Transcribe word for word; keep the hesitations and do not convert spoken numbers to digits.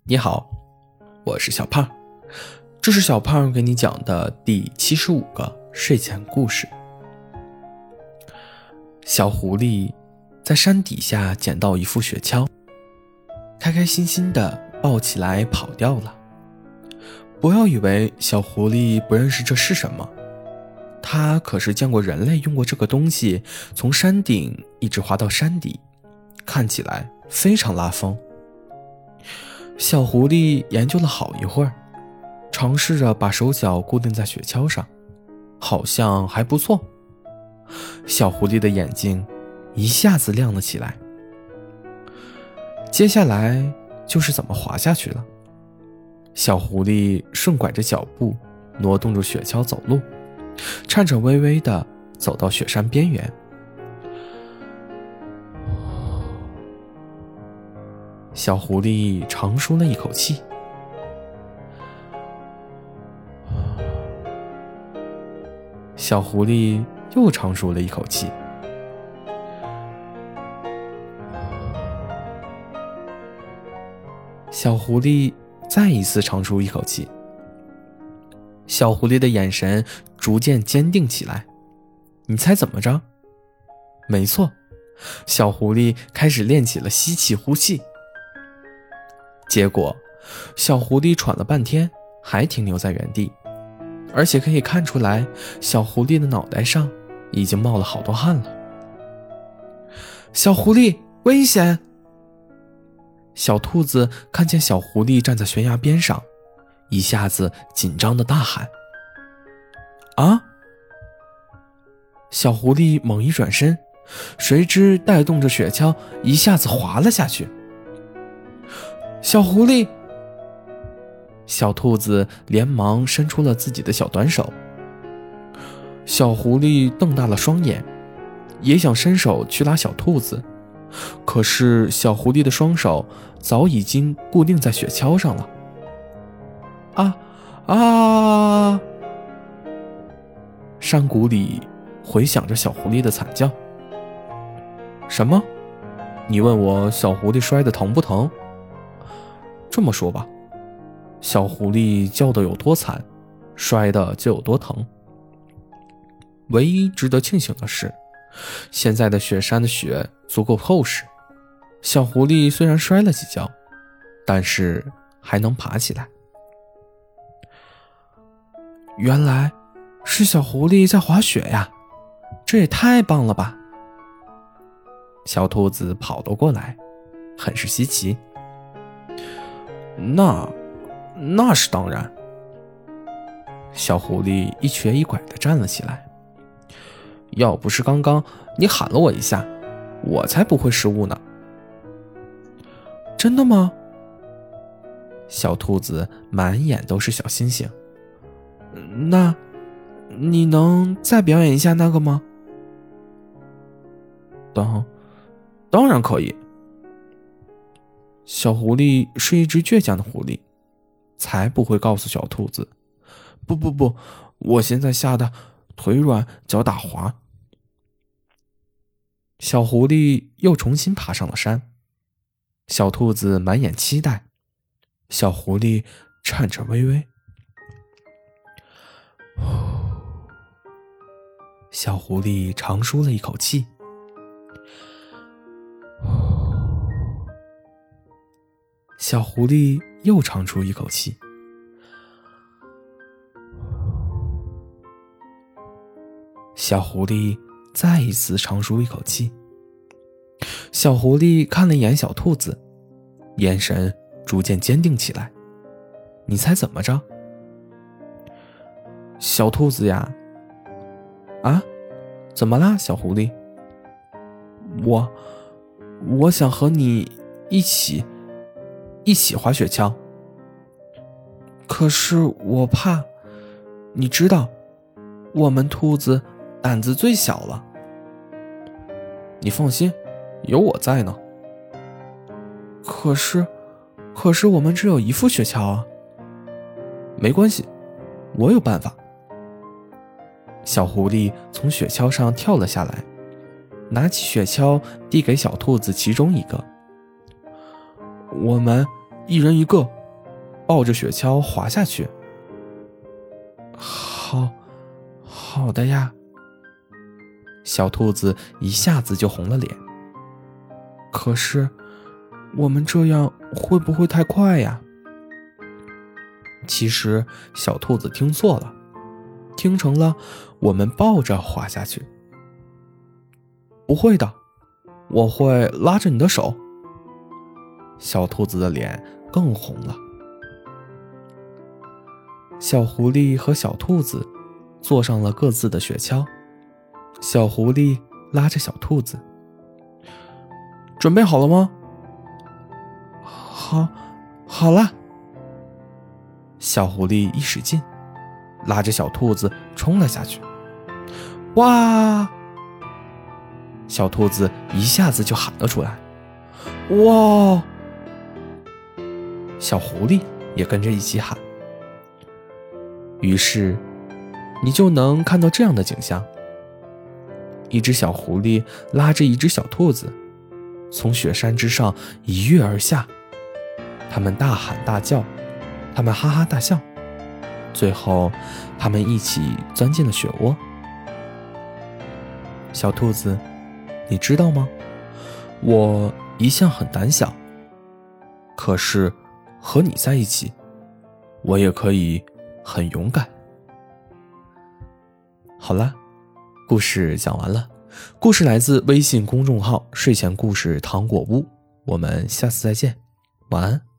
你好，我是小胖，这是小胖给你讲的第七十五个睡前故事。小狐狸在山底下捡到一副雪橇，开开心心地抱起来跑掉了。不要以为小狐狸不认识这是什么，他可是见过人类用过这个东西从山顶一直滑到山底，看起来非常拉风。小狐狸研究了好一会儿，尝试着把手脚固定在雪橇上，好像还不错。小狐狸的眼睛一下子亮了起来。接下来就是怎么滑下去了。小狐狸顺拐着脚步，挪动着雪橇走路，颤颤巍巍地走到雪山边缘。小狐狸长舒了一口气，小狐狸又长舒了一口气，小狐狸再一次长舒一口气。小狐狸的眼神逐渐坚定起来。你猜怎么着？没错，小狐狸开始练起了吸气呼气。结果小狐狸喘了半天还停留在原地，而且可以看出来小狐狸的脑袋上已经冒了好多汗了。小狐狸，危险！小兔子看见小狐狸站在悬崖边上，一下子紧张地大喊：啊！小狐狸猛一转身，谁知带动着雪橇一下子滑了下去。小狐狸！小兔子连忙伸出了自己的小短手。小狐狸瞪大了双眼，也想伸手去拉小兔子，可是小狐狸的双手早已经固定在雪橇上了。啊啊！山谷里回响着小狐狸的惨叫。什么？你问我小狐狸摔得疼不疼？这么说吧，小狐狸叫得有多惨，摔得就有多疼。唯一值得庆幸的是，现在的雪山的雪足够厚实，小狐狸虽然摔了几跤，但是还能爬起来。原来是小狐狸在滑雪呀，这也太棒了吧！小兔子跑了过来，很是稀奇。那那是当然。小狐狸一瘸一拐地站了起来。要不是刚刚你喊了我一下，我才不会失误呢。真的吗？小兔子满眼都是小星星。那你能再表演一下那个吗？当当然可以。小狐狸是一只倔强的狐狸，才不会告诉小兔子，不不不，我现在吓得腿软脚打滑。小狐狸又重新爬上了山，小兔子满眼期待，小狐狸颤颤巍巍。小狐狸长舒了一口气。小狐狸又长出一口气。小狐狸再一次长舒一口气。小狐狸看了一眼小兔子，眼神逐渐坚定起来。你猜怎么着？小兔子呀。啊？怎么啦，小狐狸？我我想和你一起一起滑雪橇，可是我怕，你知道，我们兔子胆子最小了。你放心，有我在呢。可是，可是我们只有一副雪橇啊。没关系，我有办法。小狐狸从雪橇上跳了下来，拿起雪橇递给小兔子其中一个。我们一人一个， 抱着雪橇滑下去。好，好的呀。小兔子一下子就红了脸。可是，我们这样会不会太快呀？其实，小兔子听错了，听成了我们抱着滑下去。不会的，我会拉着你的手。小兔子的脸更红了。小狐狸和小兔子坐上了各自的雪橇，小狐狸拉着小兔子。准备好了吗？好，好啦。小狐狸一使劲，拉着小兔子冲了下去。哇！小兔子一下子就喊了出来。哇！小狐狸也跟着一起喊。于是，你就能看到这样的景象：一只小狐狸拉着一只小兔子，从雪山之上一跃而下。他们大喊大叫，他们哈哈大笑，最后，他们一起钻进了雪窝。小兔子，你知道吗？我一向很胆小，可是和你在一起，我也可以很勇敢。好了，故事讲完了。故事来自微信公众号睡前故事糖果屋，我们下次再见，晚安。